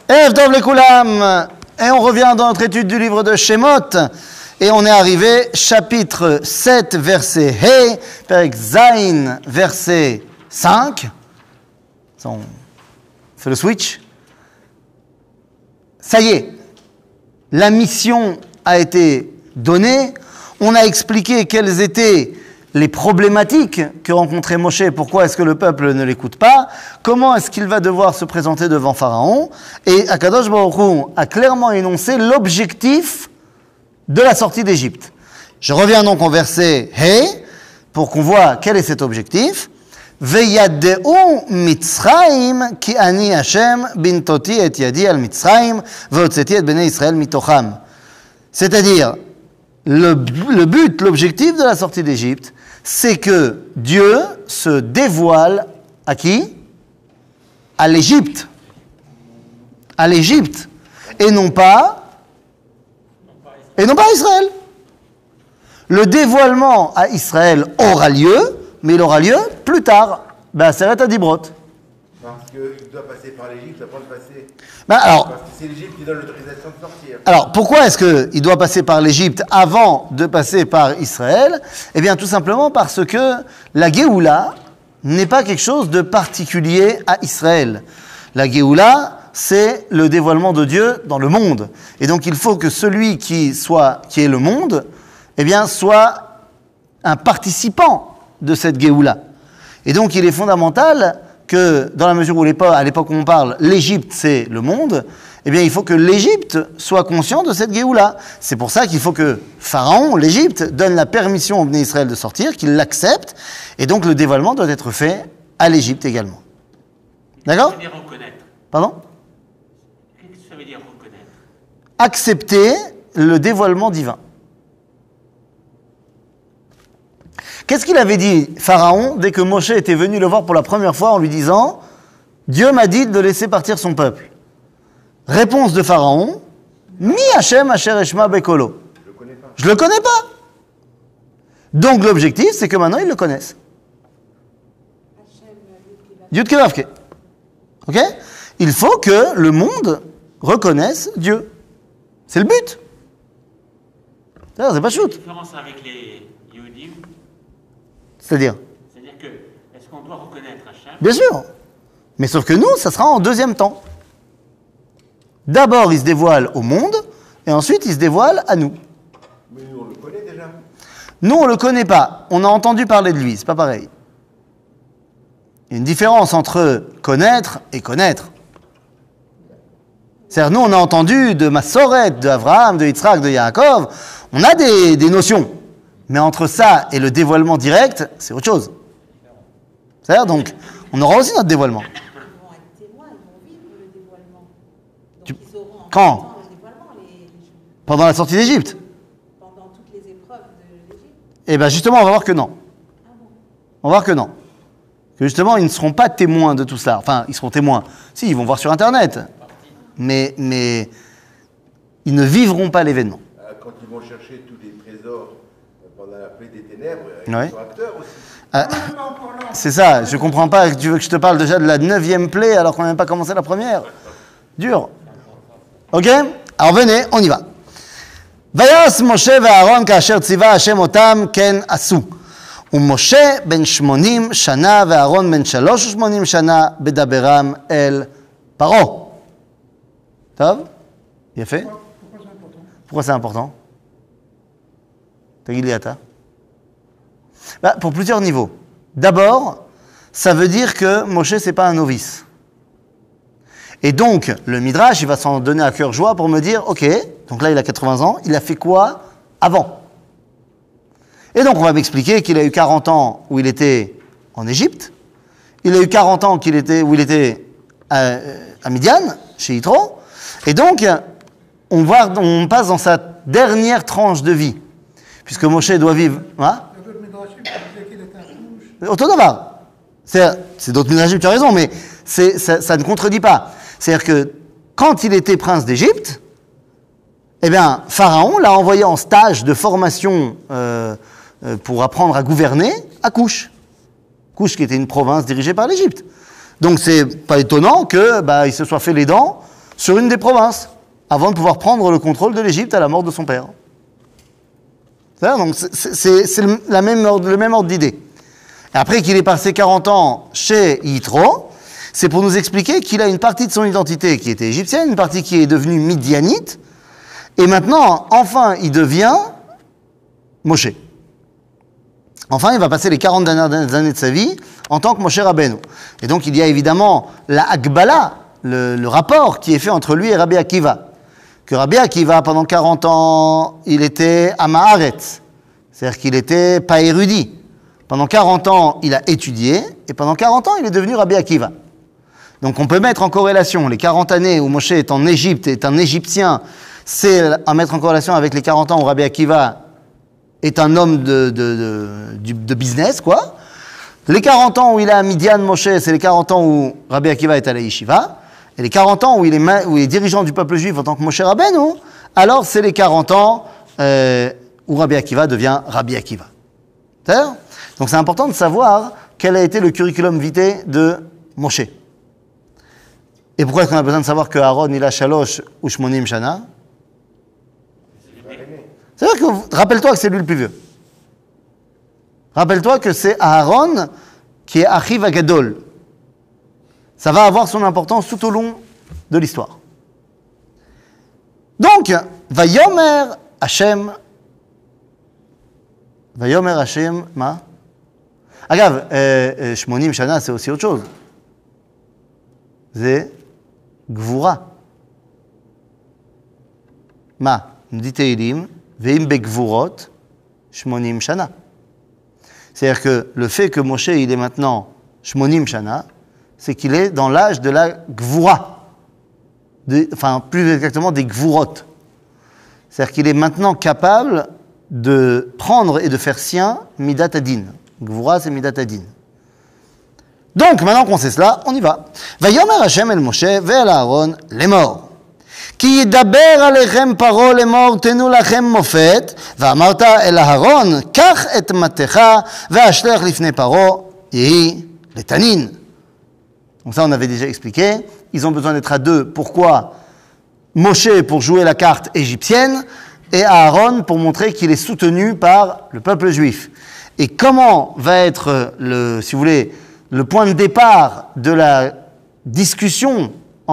Erev Tov Lekulam. Et on revient dans notre étude du livre de Shemot. Et on est arrivé, chapitre 7, verset He, Perek Zayin, verset 5. On fait le switch. Ça y est, la mission a été donnée. On a expliqué quelles étaient les problématiques que rencontrait Moshe, pourquoi est-ce que le peuple ne l'écoute pas, comment est-ce qu'il va devoir se présenter devant Pharaon, et Akadosh Baruch Hu a clairement énoncé l'objectif de la sortie d'Égypte. Je reviens donc au verset He, pour qu'on voit quel est cet objectif. Veyadeu Mitzrayim ki ani Hashem bintoti et yadi al Mitzrayim vehotzeti et bnei Israël mitocham. C'est-à-dire, le but, l'objectif de la sortie d'Égypte, c'est que Dieu se dévoile à qui? À l'Égypte. À l'Égypte. Et non pas à Israël. Le dévoilement à Israël aura lieu, mais il aura lieu plus tard. Seret Adibrot. Parce qu'il doit passer par l'Égypte avant de passer. Alors, parce que c'est l'Égypte qui donne l'autorisation de sortir. Alors, pourquoi est-ce qu'il doit passer par l'Égypte avant de passer par Israël? Eh bien, tout simplement parce que la Géoula n'est pas quelque chose de particulier à Israël. La Géoula, c'est le dévoilement de Dieu dans le monde. Et donc, il faut que celui qui est le monde, eh bien, soit un participant de cette Géoula. Et donc, il est fondamental que, dans la mesure où à l'époque où on parle, l'Égypte, c'est le monde, eh bien, il faut que l'Égypte soit conscient de cette Géoula. C'est pour ça qu'il faut que Pharaon, l'Égypte, donne la permission au Bnei Israël de sortir, qu'il l'accepte, et donc le dévoilement doit être fait à l'Égypte également. D'accord? Ça veut dire reconnaître. Pardon? Qu'est-ce que ça veut dire reconnaître? Accepter le dévoilement divin. Qu'est-ce qu'il avait dit, Pharaon, dès que Moshe était venu le voir pour la première fois en lui disant « Dieu m'a dit de laisser partir son peuple ». Réponse de Pharaon « Mi Hashem asher eshma bekolo ». Je le connais pas. Donc l'objectif, c'est que maintenant ils le connaissent. Yud Kei Vav Kei. Ok? Il faut que le monde reconnaisse Dieu. C'est le but. C'est pas shoot. La différence avec les Yehudim, C'est-à-dire que, est-ce qu'on doit reconnaître Hachem? Bien sûr. Mais sauf que nous, ça sera en deuxième temps. D'abord, il se dévoile au monde, et ensuite, il se dévoile à nous. Mais nous, on le connaît déjà. Nous, on ne le connaît pas. On a entendu parler de lui. C'est pas pareil. Il y a une différence entre connaître et connaître. C'est-à-dire, nous, on a entendu de Massoret, de Abraham, de Yitzhak, de Yaakov. On a des notions. Mais entre ça et le dévoilement direct, c'est autre chose. C'est-à-dire, donc, on aura aussi notre dévoilement. Ils vont être témoins, ils vont vivre le dévoilement. Donc ils auront en Quand? même temps le dévoilement, les Pendant la sortie d'Égypte. pendant toutes les épreuves de l'Égypte. Eh bien, justement, on va voir que non. On va voir que non. Que justement, ils ne seront pas témoins de tout ça. Enfin, ils seront témoins. Si, ils vont voir sur Internet. Mais ils ne vivront pas l'événement. Quand ils vont chercher tous les trésors pendant la plaie des ténèbres, Ouais. ils sont acteurs aussi. C'est ça, je comprends pas. Tu veux que je te parle déjà de la 9e plaie alors qu'on n'a même pas commencé la première? Dur. Ok? Alors venez, on y va. Vayas Moshe ve'Aaron ka'asher tziva Hashem otam ken asu. ומשה בן 80 שנה ואהרון בן 83 שנה בדברם אל פרעה. טוב? יפה? Pourquoi c'est important? תגיד לי אתה. Pour plusieurs niveaux. D'abord, ça veut dire que Moshe, c'est pas un novice. Et donc, le Midrash, il va s'en donner à cœur joie pour me dire, ok, donc là, il a 80 ans, il a fait quoi avant? Et donc, on va m'expliquer qu'il a eu 40 ans où il était en Égypte, il a eu 40 ans où il était à Midian, chez Yitro, et donc, on passe dans sa dernière tranche de vie, puisque Moshe doit vivre... Hein? Autodavar. C'est d'autres midrashim, tu as raison, mais ça ne contredit pas. C'est-à-dire que quand il était prince d'Égypte, eh bien, Pharaon l'a envoyé en stage de formation pour apprendre à gouverner à Couche. Couche qui était une province dirigée par l'Égypte. Donc c'est pas étonnant que il se soit fait les dents sur une des provinces, avant de pouvoir prendre le contrôle de l'Égypte à la mort de son père. Donc c'est le même ordre d'idée. Et après qu'il ait passé 40 ans chez Yitro, c'est pour nous expliquer qu'il a une partie de son identité qui était égyptienne, une partie qui est devenue midianite, et maintenant, enfin, il devient Moshe. Enfin, il va passer les 40 dernières années de sa vie en tant que Moshe Rabbeinu. Et donc, il y a évidemment la Hakbala, le rapport qui est fait entre lui et Rabbi Akiva. Que Rabbi Akiva, pendant 40 ans, il était à Ma'aretz. C'est-à-dire qu'il n'était pas érudit. Pendant 40 ans, il a étudié, et pendant 40 ans, il est devenu Rabbi Akiva. Donc, on peut mettre en corrélation les 40 années où Moshe est en Égypte, est un Égyptien, c'est à mettre en corrélation avec les 40 ans où Rabbi Akiva est un homme de business, quoi. Les 40 ans où il est à Midian, Moshe, c'est les 40 ans où Rabbi Akiva est à la Yeshiva. Et les 40 ans où il est dirigeant du peuple juif en tant que Moshe Rabbeinu, alors c'est les 40 ans où Rabbi Akiva devient Rabbi Akiva. C'est-à-dire ? Donc c'est important de savoir quel a été le curriculum vitae de Moshe. Et pourquoi est-ce qu'on a besoin de savoir que Aaron il a Shalosh ou Shmonim Shana ? C'est-à-dire que, rappelle-toi que c'est lui le plus vieux. Rappelle-toi que c'est Aaron qui est Achiv Agadol. Ça va avoir son importance tout au long de l'histoire. Donc, Vayomer Hashem, ma Agav, Shmonim Shana, c'est aussi autre chose. C'est Gvura. Ma, nous dit Tehilim, Veim Begvurot, Shmonim Shana. C'est-à-dire que le fait que Moshe, il est maintenant Shmonim Shana, c'est qu'il est dans l'âge de la Gvura. Enfin, plus exactement des Gvurot. C'est-à-dire qu'il est maintenant capable de prendre et de faire sien Midat Adin. Gvura, c'est Midat Adin. Donc, maintenant qu'on sait cela, on y va. Vayomer Hashem el Moshe ve'el Aaron lemor. כי ידבר עליכם פרעה לאמור תנו לכם מופת ואמרת אל אהרון קח את מטך והשלך לפני פרעה יהי לתנין. Donc ça on avait déjà expliqué, ils ont besoin d'être à deux. Pourquoi Moshe pour jouer la carte égyptienne et Aaron pour montrer qu'il est soutenu par le peuple juif. Et comment va être si vous voulez, le point de départ de la discussion,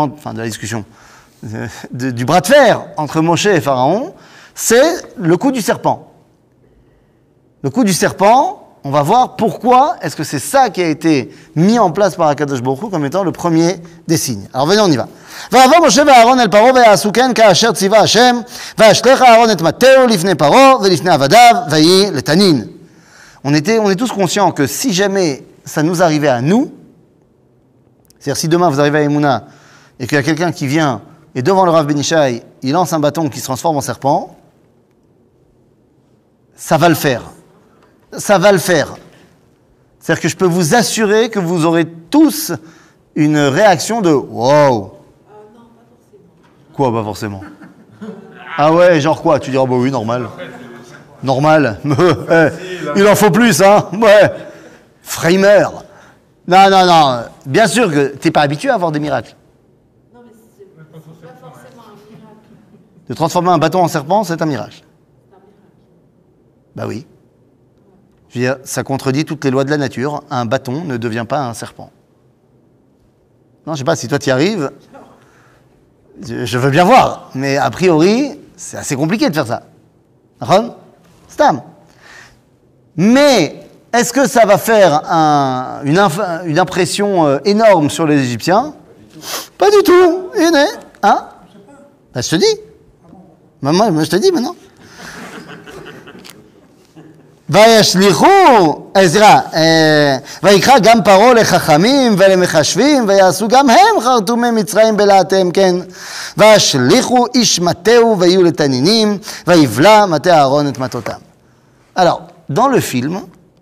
du bras de fer entre Moshe et Pharaon, c'est le coup du serpent. Le coup du serpent, on va voir pourquoi est-ce que c'est ça qui a été mis en place par Akadosh Baruch Hu comme étant le premier des signes. Alors venez, on y va. ויבוא משה ואהרון אל פרעה ויעשו כן כאשר ציווה השם וישלך אהרון את מטהו לפני פרעה ולפני עבדיו ויהי לתנין. On est tous conscients que si jamais ça nous arrivait à nous, c'est-à-dire si demain vous arrivez à Emouna et qu'il y a quelqu'un qui vient et devant le Rav Benishai, il lance un bâton qui se transforme en serpent, ça va le faire. Ça va le faire. C'est-à-dire que je peux vous assurer que vous aurez tous une réaction de « Wow !» Non, pas forcément. Quoi, pas forcément? Ah ouais, genre quoi? Tu diras « Bah oui, normal. » Normal. Il en faut plus, hein? Ouais. Framer. Non. Bien sûr que tu n'es pas habitué à avoir des miracles. Non, mais c'est pas forcément un miracle. De transformer un bâton en serpent, c'est un miracle. C'est un miracle. Bah oui. Je veux dire, ça contredit toutes les lois de la nature. Un bâton ne devient pas un serpent. Non, je sais pas, si toi tu y arrives, je veux bien voir. Mais a priori, c'est assez compliqué de faire ça. Ron? Stam. Mais, est-ce que ça va faire une impression énorme sur les Égyptiens? Pas du tout. Hein? Bah, je te dis. Moi, je te dis maintenant. וישליכו, ויקרא גם פרעה לחכמים ולמחשבים ויעשו גם הם חרטומי מצרים בלעתם כן וישליכו איש מטהו ויהיו לתנינים ויבלע מטה אהרון את מטותם. Alors, dans le film,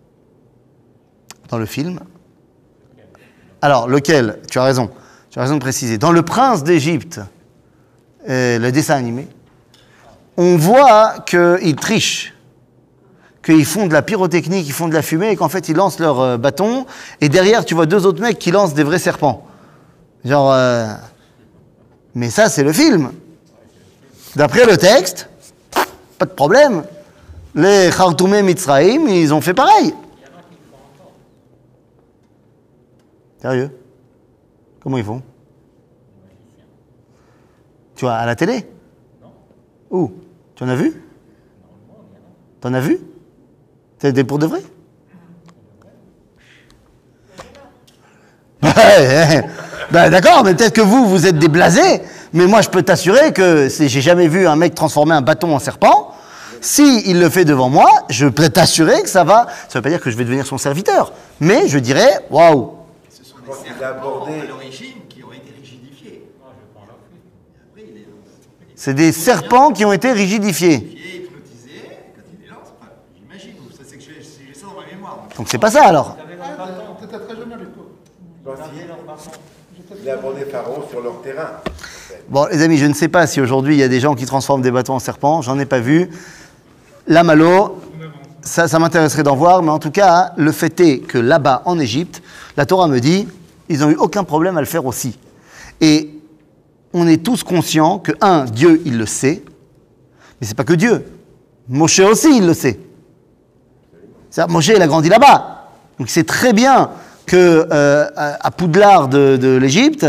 alors lequel, tu as raison de préciser, dans Le Prince d'Égypte, le dessin animé, on voit qu'ils trichent, qu'ils font de la pyrotechnie, qu'ils font de la fumée, et qu'en fait ils lancent leur bâton, et derrière tu vois deux autres mecs qui lancent des vrais serpents. Genre, Mais ça, c'est le film. D'après le texte, pas de problème. Les Khartoumé Mitzraïm, ils ont fait pareil. Sérieux? Comment ils font? Tu vois, à la télé? Non. Où? Tu en as vu? T'en as vu? C'était pour de vrai? Ben, d'accord, mais peut-être que vous êtes des blasés, mais moi je peux t'assurer que j'ai jamais vu un mec transformer un bâton en serpent. Si il le fait devant moi, je peux t'assurer que ça va. Ça veut pas dire que je vais devenir son serviteur, mais je dirais, waouh. Ce sont des serpents à l'origine qui ont été rigidifiés. Après, C'est des serpents qui ont été rigidifiés. Hypnotisés, quand il est là, j'imagine, ça c'est que j'ai ça dans ma mémoire. Donc c'est pas ça alors. T'étais très jeune à l'époque. Il a abordé Pharaon sur leur terrain. Bon, les amis, je ne sais pas si aujourd'hui il y a des gens qui transforment des bâtons en serpents, j'en ai pas vu. La Malo, ça m'intéresserait d'en voir, mais en tout cas, le fait est que là-bas, en Égypte, la Torah me dit, ils n'ont eu aucun problème à le faire aussi. Et on est tous conscients que, Dieu, il le sait, mais c'est pas que Dieu. Moshe aussi, il le sait. Moshe, il a grandi là-bas. Donc il sait très bien que à Poudlard de l'Égypte,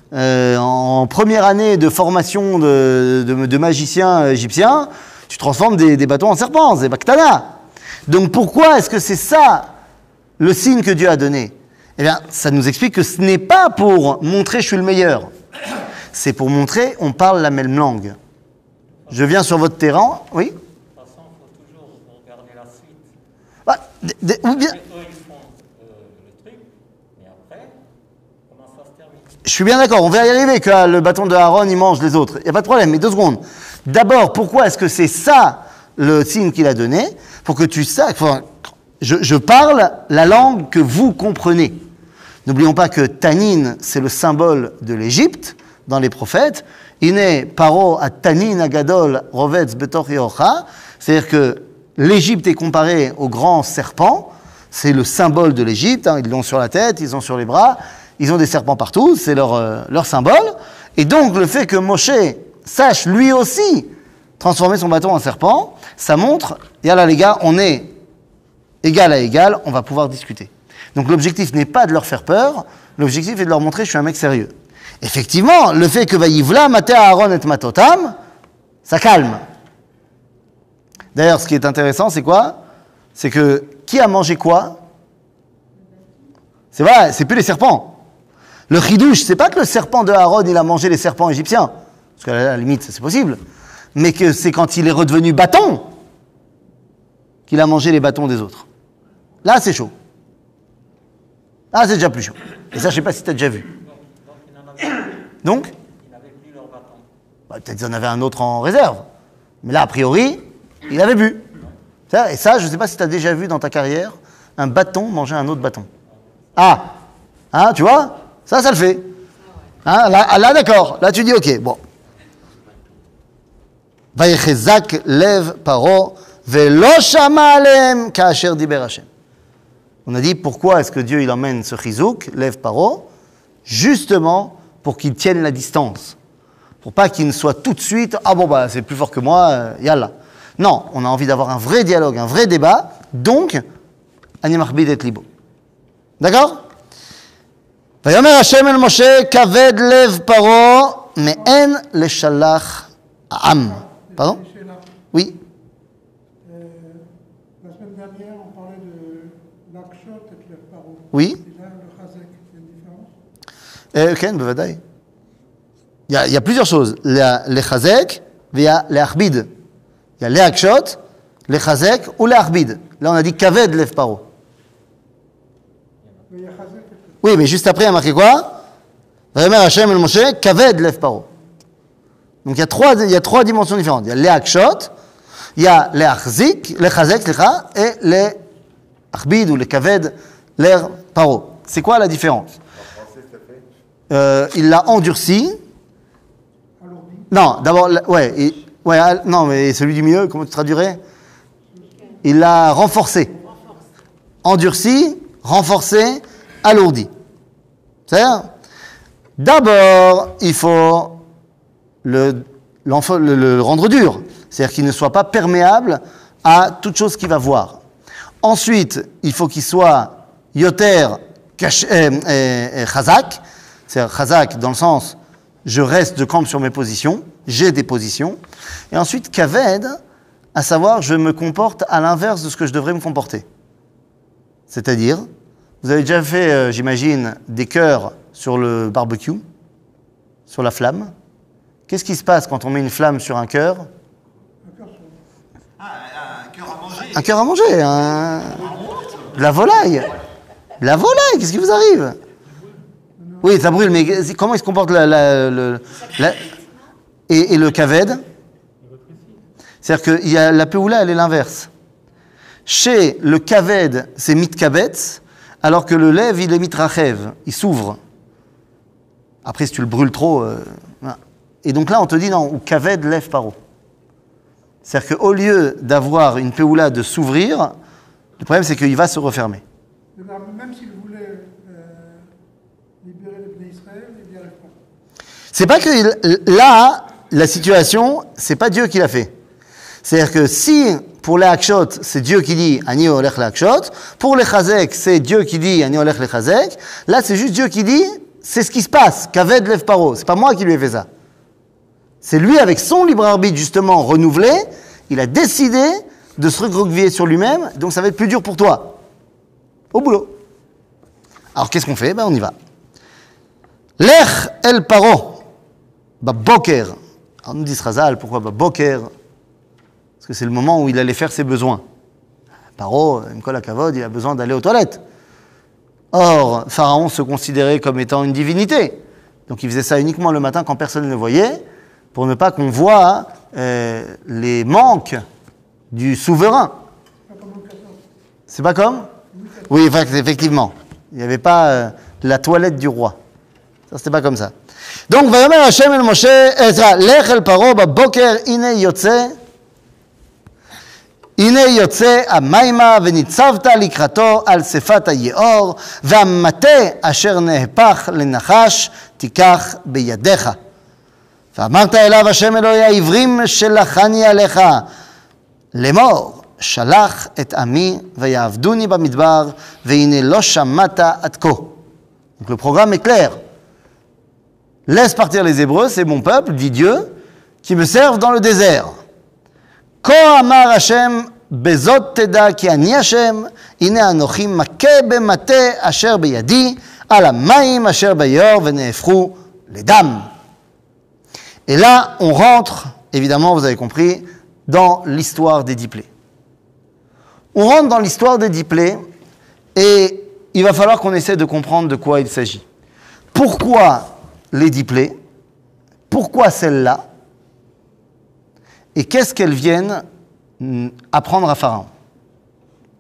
en première année de formation de magicien égyptien, tu transformes des bâtons en serpents, des baktana. Donc pourquoi est-ce que c'est ça le signe que Dieu a donné? Eh bien, ça nous explique que ce n'est pas pour montrer je suis le meilleur. C'est pour montrer on parle la même langue. Je viens sur votre terrain, oui? De toute façon, il faut toujours regarder la suite. Ou bien, Eux, ils font le truc, mais après, comment ça se termine? je suis bien d'accord, on va y arriver que le bâton de Aaron, il mange les autres. Il n'y a pas de problème, mais 2 secondes. D'abord, pourquoi est-ce que c'est ça le signe qu'il a donné? Pour que tu saches, je parle la langue que vous comprenez. N'oublions pas que Tanin, c'est le symbole de l'Égypte dans les prophètes. Iné paro à Tanin agadol rovetz betor yocha. C'est-à-dire que l'Égypte est comparée au grand serpent. C'est le symbole de l'Égypte. Hein. Ils l'ont sur la tête, ils l'ont sur les bras. Ils ont des serpents partout. C'est leur symbole. Et donc, le fait que Moshe sache lui aussi transformer son bâton en serpent, ça montre, yallah les gars, on est égal à égal, on va pouvoir discuter. Donc l'objectif n'est pas de leur faire peur, l'objectif est de leur montrer que je suis un mec sérieux. Effectivement, le fait que Vayivla mate Aaron et matotam, ça calme. D'ailleurs, ce qui est intéressant, c'est quoi? C'est que qui a mangé quoi? C'est vrai, c'est plus les serpents. Le chidouche, c'est pas que le serpent de Aaron, il a mangé les serpents égyptiens, parce qu'à la limite, c'est possible, mais que c'est quand il est redevenu bâton qu'il a mangé les bâtons des autres. Là, c'est chaud. Là, c'est déjà plus chaud. Et ça, je sais pas si tu as déjà vu. Donc Ils n'avaient plus leur bâton. peut-être qu'ils en avaient un autre en réserve. Mais là, a priori, il avait bu. Et ça, je ne sais pas si tu as déjà vu dans ta carrière un bâton manger un autre bâton. Ah, hein, tu vois? Ça le fait. Hein, là, d'accord. Là, tu dis, ok, bon. Vayechezak lev paro velo shama alem ka'asher diber Hashem. On a dit pourquoi est-ce que Dieu il emmène ce chizouk, lev paro, justement pour qu'il tienne la distance, pour pas qu'il ne soit tout de suite ah bon bah c'est plus fort que moi, yallah. Non, on a envie d'avoir un vrai dialogue, un vrai débat. Donc, ani machbid et libo. D'accord? Vayomer Hashem el Moshe kaved lev paro me'en leshalach ha'am. Pardon? Oui. La semaine dernière, on parlait de l'akshot et de paro. Oui. Et là, le chazek, il y a une différence? Ken, bevadaï. Il y a plusieurs choses. Les chazek, il y a les achbid. Il y a les akshot, les chazek ou les achbid. Là, on a dit kaved lev paro. Mais il y a chazek. Oui, mais juste après, il y a marqué quoi? Vayomer Hashem el Moshe kaved lev paro. Donc il y a trois dimensions différentes. Il y a les akshot, il y a les chazek, et les achbid ou les kaved lev paro. C'est quoi la différence? En français, ça fait Il l'a endurci. Alourdi. Non, d'abord, non, mais celui du milieu, comment tu traduirais? Il l'a renforcé. Endurci, renforcé, alourdi. C'est-à-dire, d'abord, il faut le rendre dur. C'est-à-dire qu'il ne soit pas perméable à toute chose qu'il va voir. Ensuite, il faut qu'il soit yoter chazak, c'est-à-dire chazak dans le sens je reste de camp sur mes positions, j'ai des positions. Et ensuite, kaved, à savoir je me comporte à l'inverse de ce que je devrais me comporter. C'est-à-dire, vous avez déjà fait, j'imagine, des cœurs sur le barbecue, sur la flamme. Qu'est-ce qui se passe quand on met une flamme sur un cœur ? Un cœur à manger. Un cœur à manger, la volaille. La volaille, qu'est-ce qui vous arrive ? Oui, ça brûle, mais comment il se comporte et le kaved ? C'est-à-dire que la peoula, elle est l'inverse. Chez le kaved, c'est mitkabetz, alors que le lève, il est mitrachev, il s'ouvre. Après, si tu le brûles trop... voilà. Et donc là, on te dit non, ou kaved lève paro. C'est-à-dire qu'au lieu d'avoir une peoula de s'ouvrir, le problème, c'est qu'il va se refermer. Même s'il voulait libérer les Bnei Israël, il n'y arrive pas. C'est pas que là, la situation, c'est pas Dieu qui l'a fait. C'est-à-dire que si pour les hakshot, c'est Dieu qui dit ani olech le hakshot, pour les chazek, c'est Dieu qui dit ani olech le chazek, là c'est juste Dieu qui dit c'est ce qui se passe, kaved lev paro. C'est pas moi qui lui ai fait ça. C'est lui avec son libre arbitre justement renouvelé, il a décidé de se recroqueviller sur lui-même, donc ça va être plus dur pour toi. Au boulot. Alors qu'est-ce qu'on fait ? On y va. Lech el paro, boker. Alors nous dit Razal, pourquoi boker ? Parce que c'est le moment où il allait faire ses besoins. Paro, Mkol Kavod, il a besoin d'aller aux toilettes. Or, Pharaon se considérait comme étant une divinité. Donc il faisait ça uniquement le matin quand personne ne le voyait, pour ne pas qu'on voit les manques du souverain. C'est pas comme ? Oui, effectivement. Il n'y avait pas la toilette du roi. Ça, c'était pas comme ça. Donc, Vayomer Hashem el Moshe, Ezra, Lech el Paro, Boker, Ine Yotze, הנה יוצא המימה וניצבת לקראתו על שפת היאור והמטה אשר נהפך לנחש תיקח בידיך. ואמרת אליו השם אלוהי העברים שלחני עליך לאמור שלח את עמי ויעבדוני במדבר והנה לא שמעת עד כה. Donc le programme est clair. Laisse partir les Hébreux, c'est mon peuple, dit Dieu, qui me servent dans le désert. כה אמר השם בזאת תדע כי אני השם הנה אנוכי מכה במטה אשר בידי על המים אשר ביאור ונהפכו לדם. Et là on rentre, évidemment vous avez compris, dans l'histoire des 10 plaies. On rentre dans l'histoire des 10 plaies et il va falloir qu'on essaie de comprendre de quoi il s'agit. Pourquoi les 10 plaies ? Pourquoi celle-là ? Et qu'est-ce qu'elles viennent apprendre à Pharaon ? Ok ?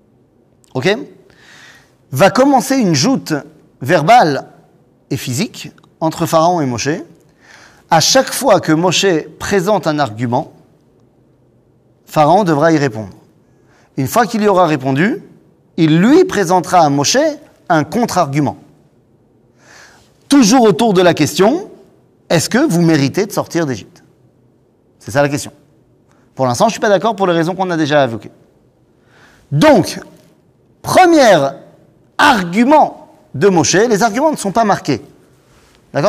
Va commencer une joute verbale et physique entre Pharaon et Moshe. À chaque fois que Moshe présente un argument, Pharaon devra y répondre. Une fois qu'il y aura répondu, il lui présentera à Moshe un contre-argument. Toujours autour de la question, est-ce que vous méritez de sortir d'Égypte ? C'est ça la question. Pour l'instant, je ne suis pas d'accord pour les raisons qu'on a déjà évoquées. Donc, premier argument de Moshe, les arguments ne sont pas marqués. D'accord ?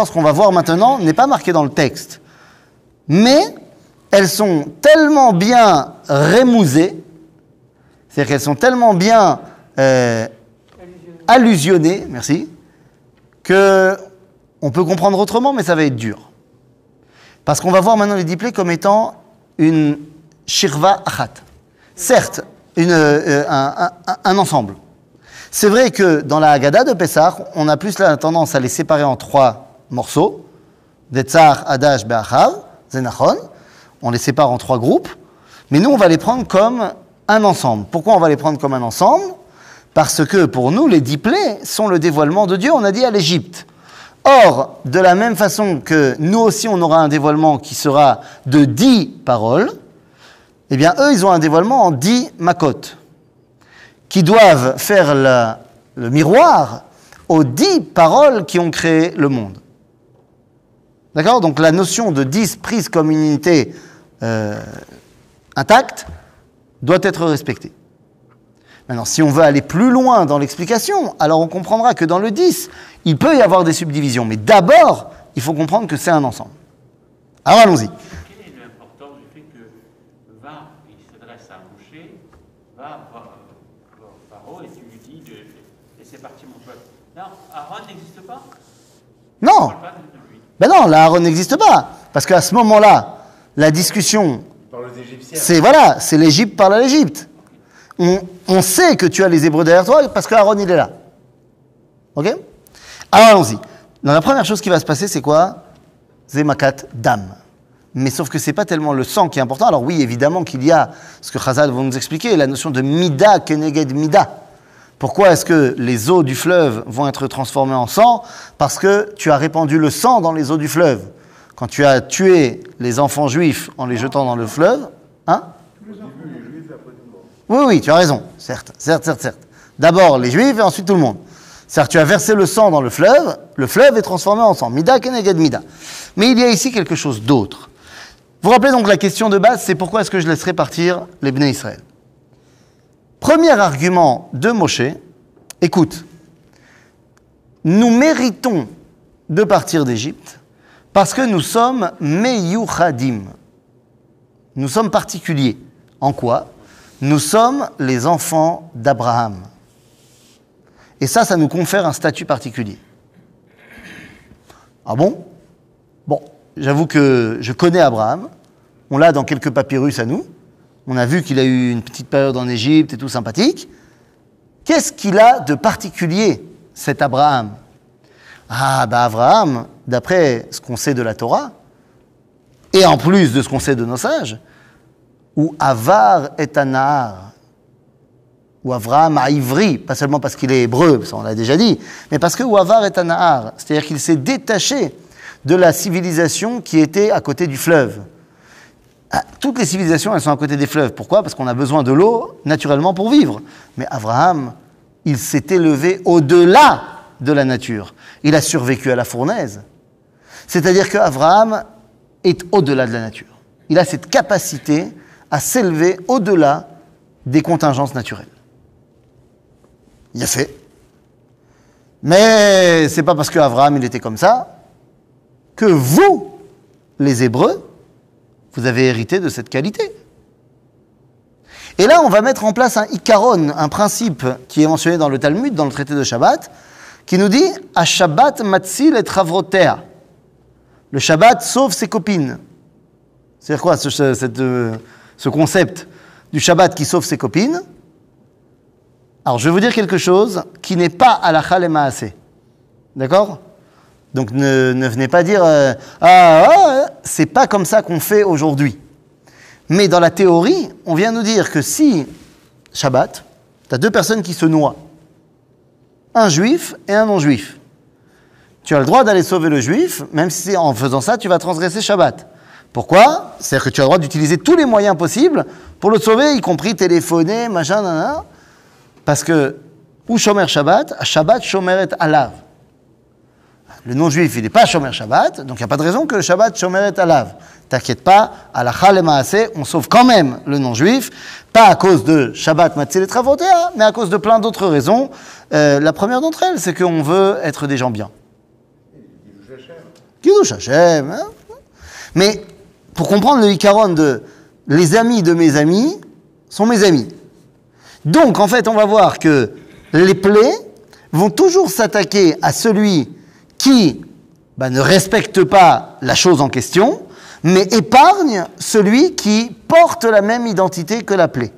Ce qu'on va voir maintenant n'est pas marqué dans le texte. Mais elles sont tellement bien rémousées, c'est-à-dire qu'elles sont tellement bien allusionnées, merci, qu'on peut comprendre autrement, mais ça va être dur. Parce qu'on va voir maintenant les 10 plaies comme étant une shirva achat. Certes, un ensemble. C'est vrai que dans la Haggadah de Pessah, on a plus la tendance à les séparer en 3 morceaux. Detzar, Hadash, Be'achav, Zenachon. On les sépare en 3 groupes. Mais nous, on va les prendre comme un ensemble. Pourquoi on va les prendre comme un ensemble ? Parce que pour nous, les 10 plaies sont le dévoilement de Dieu, on a dit à l'Égypte. Or, de la même façon que nous aussi, on aura un dévoilement qui sera de 10 paroles, eh bien, eux, ils ont un dévoilement en 10 makot, qui doivent faire le miroir aux 10 paroles qui ont créé le monde. D'accord? Donc la notion de 10 prise comme une unité intacte doit être respectée. Maintenant, si on veut aller plus loin dans l'explication, alors on comprendra que dans le 10, il peut y avoir des subdivisions. Mais d'abord, il faut comprendre que c'est un ensemble. Alors allons-y. Quelle est l'importance du fait que va, il s'adresse à Moshe, va Pharaon et tu lui dis de laisser partir mon peuple. Là, Aaron n'existe pas? Non. On parle pas de lui. Ben non, la Aaron n'existe pas. Parce qu'à ce moment-là, la discussion, Par les Égyptiens. c'est l'Égypte parle à l'Égypte. On sait que tu as les Hébreux derrière toi parce que Aaron il est là. Ok? Alors allons-y. Donc, la première chose qui va se passer, c'est quoi? Zemakat dam. Mais sauf que c'est pas tellement le sang qui est important. Alors oui, évidemment qu'il y a ce que Chazal va nous expliquer, la notion de mida keneged mida. Pourquoi est-ce que les eaux du fleuve vont être transformées en sang? Parce que tu as répandu le sang dans les eaux du fleuve. Quand tu as tué les enfants juifs en les jetant dans le fleuve, hein? Oui, tu as raison, certes. D'abord les Juifs et ensuite tout le monde. C'est-à-dire tu as versé le sang dans le fleuve est transformé en sang. Mida keneged mida. Mais il y a ici quelque chose d'autre. Vous vous rappelez donc la question de base, c'est pourquoi est-ce que je laisserai partir les Bnei Israël? Premier argument de Moshe, écoute, nous méritons de partir d'Égypte parce que nous sommes meyuchadim. Nous sommes particuliers. En quoi? Nous sommes les enfants d'Abraham. Et ça nous confère un statut particulier. Ah bon? Bon, j'avoue que je connais Abraham. On l'a dans quelques papyrus à nous. On a vu qu'il a eu une petite période en Égypte et tout sympathique. Qu'est-ce qu'il a de particulier, cet Abraham? Ah, bah Abraham, d'après ce qu'on sait de la Torah, et en plus de ce qu'on sait de nos sages, ou Avar et Anahar, ou Avraham a ivri, pas seulement parce qu'il est hébreu, ça on l'a déjà dit, mais parce que ou Avar et Anahar, c'est-à-dire qu'il s'est détaché de la civilisation qui était à côté du fleuve. Toutes les civilisations, elles sont à côté des fleuves. Pourquoi? Parce qu'on a besoin de l'eau naturellement pour vivre. Mais Abraham, il s'est élevé au-delà de la nature. Il a survécu à la fournaise. C'est-à-dire qu'Abraham est au-delà de la nature. Il a cette capacité à s'élever au-delà des contingences naturelles. Il a fait. Mais c'est pas parce qu'Abraham il était comme ça que vous, les Hébreux, vous avez hérité de cette qualité. Et là, on va mettre en place un ikaron, un principe qui est mentionné dans le Talmud, dans le traité de Shabbat, qui nous dit « A Shabbat matzil et travrotea ». Le Shabbat sauve ses copines. C'est-à-dire quoi ce concept du Shabbat qui sauve ses copines? Alors, je vais vous dire quelque chose qui n'est pas halakha lemaaseh. D'accord? Donc ne venez pas dire c'est pas comme ça qu'on fait aujourd'hui. Mais dans la théorie, on vient nous dire que si, Shabbat, tu as deux personnes qui se noient, un juif et un non-juif, tu as le droit d'aller sauver le juif, même si en faisant ça, tu vas transgresser Shabbat. Pourquoi? C'est-à-dire que tu as le droit d'utiliser tous les moyens possibles pour le sauver, y compris téléphoner, machin, nanana, parce que, ou Shomer Shabbat, Shabbat Shomeret Alav. Le non-juif, il n'est pas Shomer Shabbat, donc il n'y a pas de raison que le Shabbat Shomeret Alav. T'inquiète pas, halakha lemaaseh, on sauve quand même le non-juif, pas à cause de Shabbat Matzil et Travrotea, mais à cause de plein d'autres raisons. La première d'entre elles, c'est qu'on veut être des gens bien. Kiddush Hashem. Hein? Mais pour comprendre le ikaron de les amis de mes amis sont mes amis. Donc en fait, on va voir que les plaies vont toujours s'attaquer à celui qui ne respecte pas la chose en question, mais épargne celui qui porte la même identité que la plaie.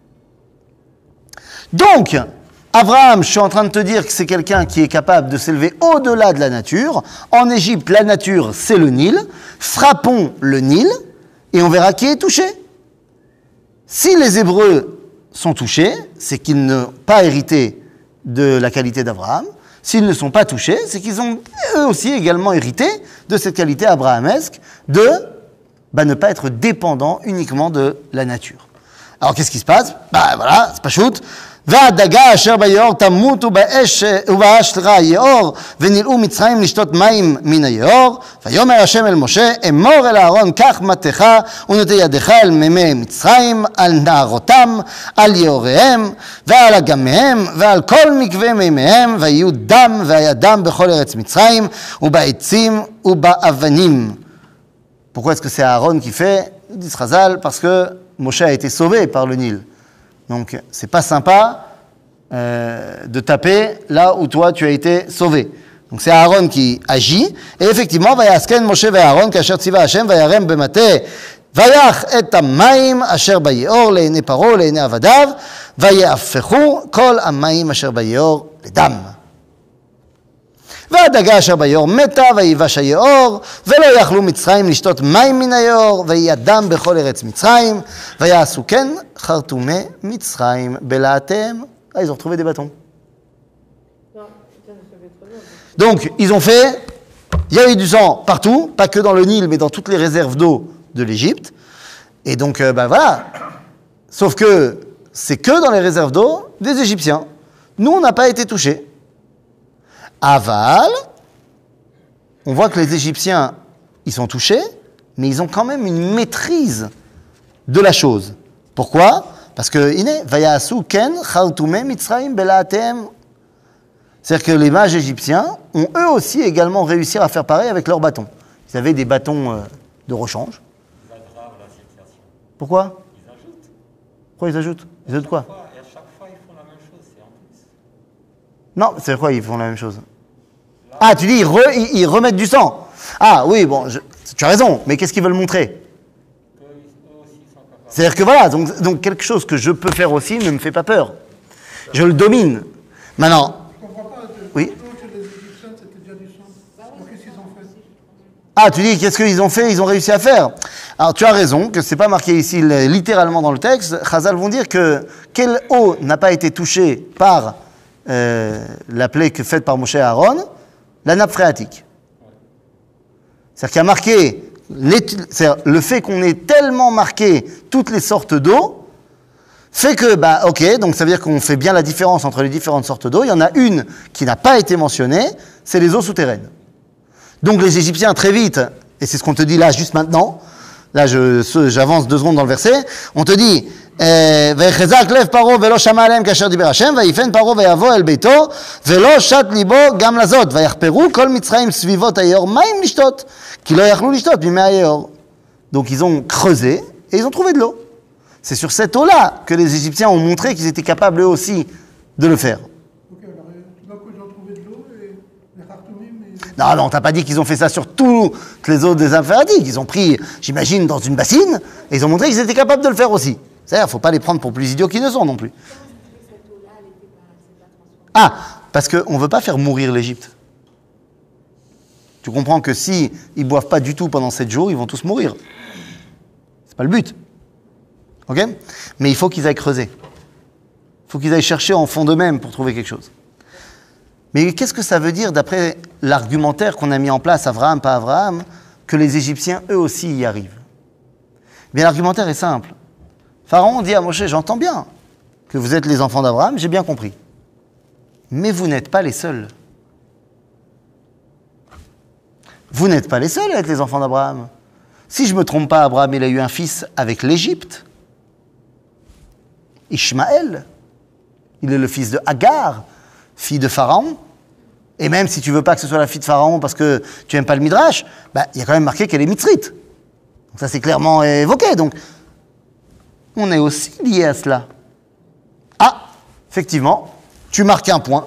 Donc, Abraham, je suis en train de te dire que c'est quelqu'un qui est capable de s'élever au-delà de la nature. En Égypte, la nature, c'est le Nil. Frappons le Nil et on verra qui est touché. Si les Hébreux sont touchés, c'est qu'ils n'ont pas hérité de la qualité d'Abraham. S'ils ne sont pas touchés, c'est qu'ils ont eux aussi également hérité de cette qualité abrahamesque de ne pas être dépendant uniquement de la nature. Alors qu'est-ce qui se passe? Voilà, c'est pas shoot. והדגה אשר ביאור תמות ובאש רע היאור ונלאו מצרים לשתות מים מן היאור ויאמר השם אל משה אמור אל אהרון קח מטך ונטה ידך אל מימי מצרים על נהרותם על יאוריהם ועל אגמיהם ועל כל מקווה מימיהם ויהיו דם והיה דם בכל ארץ מצרים ובעצים ובאבנים. Pourquoi est-ce que c'est Aaron qui fait? Ils disent Chazal, parce que Moshe a été sauvé par le Nil. Donc, c'est pas sympa de taper là où toi tu as été sauvé. Donc, c'est Aaron qui agit. Et effectivement, Vayasken Moshe ve Aaron, kasher tziva Hashem, vayarem bemate, vayach et hamayim asher bayeor, le'ene paro, le'ene avadav, vayafechu kol hamayim asher bayeor, ledam. והדגה אשר ביאור מתה ויבש היאור ולא יכלו מצרים לשתות מים מן היאור ויהיה דם בכל ארץ מצרים ויעשו כן חרטומי מצרים בלהטיהם. Ah, ils ont retrouvé des bâtons. Donc, ils ont fait, il y a eu du sang partout, pas que dans le Nil, mais dans toutes les réserves d'eau de l'Égypte. Et donc, ben voilà. Sauf que c'est que dans les réserves d'eau des Égyptiens. Nous, on n'a pas été touchés. Aval, on voit que les Égyptiens, ils sont touchés, mais ils ont quand même une maîtrise de la chose. Pourquoi? Parce que, Vayasu ken chaltume mitzrayim belaatem. C'est-à-dire que les mages égyptiens ont eux aussi également réussi à faire pareil avec leurs bâtons. Ils avaient des bâtons de rechange. Ils aggravent la situation. Pourquoi? Ils ajoutent. Pourquoi ils ajoutent? Ils ajoutent quoi? Et à chaque fois, ils font la même chose, c'est en plus. Non, c'est quoi ils font la même chose? Ah, tu dis ils remettent du sang. Ah oui, bon, tu as raison, mais qu'est-ce qu'ils veulent montrer? C'est-à-dire que voilà, donc quelque chose que je peux faire aussi ne me fait pas peur. Je le domine. Maintenant, Je comprends pas. Oui. Que les Égyptiens, c'était déjà du sang. Alors qu'est-ce qu'ils ont fait? ah, tu dis qu'est-ce qu'ils ont fait? Ils ont réussi à faire. Alors tu as raison que c'est pas marqué ici littéralement dans le texte. Chazal vont dire que quelle eau n'a pas été touchée par la plaie faite par Moshe et Aaron? La nappe phréatique. C'est-à-dire qu'il y a marqué, le fait qu'on ait tellement marqué toutes les sortes d'eau, fait que, bah ok, donc ça veut dire qu'on fait bien la différence entre les différentes sortes d'eau. Il y en a une qui n'a pas été mentionnée, c'est les eaux souterraines. Donc les Égyptiens, très vite, et c'est ce qu'on te dit là, juste maintenant, là j'avance 2 secondes dans le verset, on te dit, ויחזק לב פרעה ולא שמע עליהם כאשר דיבר השם ויפן פרעה ויבוא אל ביתו ולא שת ליבו גם לזאת ויחפרו כל מצרים סביבות היאור מים לשתות כי לא יכלו לשתות ממי היאור. Donc ils ont creusé et ils ont trouvé de l'eau. C'est sur cette eau-là que les Égyptiens ont montré qu'ils étaient capables eux aussi de le faire. Ok, alors tout d'un coup, ils ont trouvé de l'eau et les Khartoumim. Non, non, t'as pas dit qu'ils ont fait ça sur toutes les eaux des Phréatiques. Ils ont pris, j'imagine, dans une bassine et ils ont montré qu'ils étaient capables de le faire aussi. C'est-à-dire, il ne faut pas les prendre pour plus idiots qu'ils ne sont non plus. Ah, parce qu'on ne veut pas faire mourir l'Égypte. Tu comprends que si ils ne boivent pas du tout pendant 7 jours, ils vont tous mourir. C'est pas le but. Ok? Mais il faut qu'ils aillent creuser. Il faut qu'ils aillent chercher en fond d'eux-mêmes pour trouver quelque chose. Mais qu'est-ce que ça veut dire, d'après l'argumentaire qu'on a mis en place, Abraham, pas Abraham, que les Égyptiens, eux aussi, y arrivent? Bien, l'argumentaire est simple. Pharaon dit à Moshe, j'entends bien que vous êtes les enfants d'Abraham, j'ai bien compris. Mais vous n'êtes pas les seuls. Vous n'êtes pas les seuls à être les enfants d'Abraham. Si je ne me trompe pas, Abraham, il a eu un fils avec l'Égypte. Ishmaël. Il est le fils de Hagar, fille de Pharaon. Et même si tu ne veux pas que ce soit la fille de Pharaon parce que tu n'aimes pas le Midrash, bah, il y a quand même marqué qu'elle est mitzrite. Donc ça, c'est clairement évoqué. Donc, on est aussi lié à cela. Ah, effectivement, tu marques un point.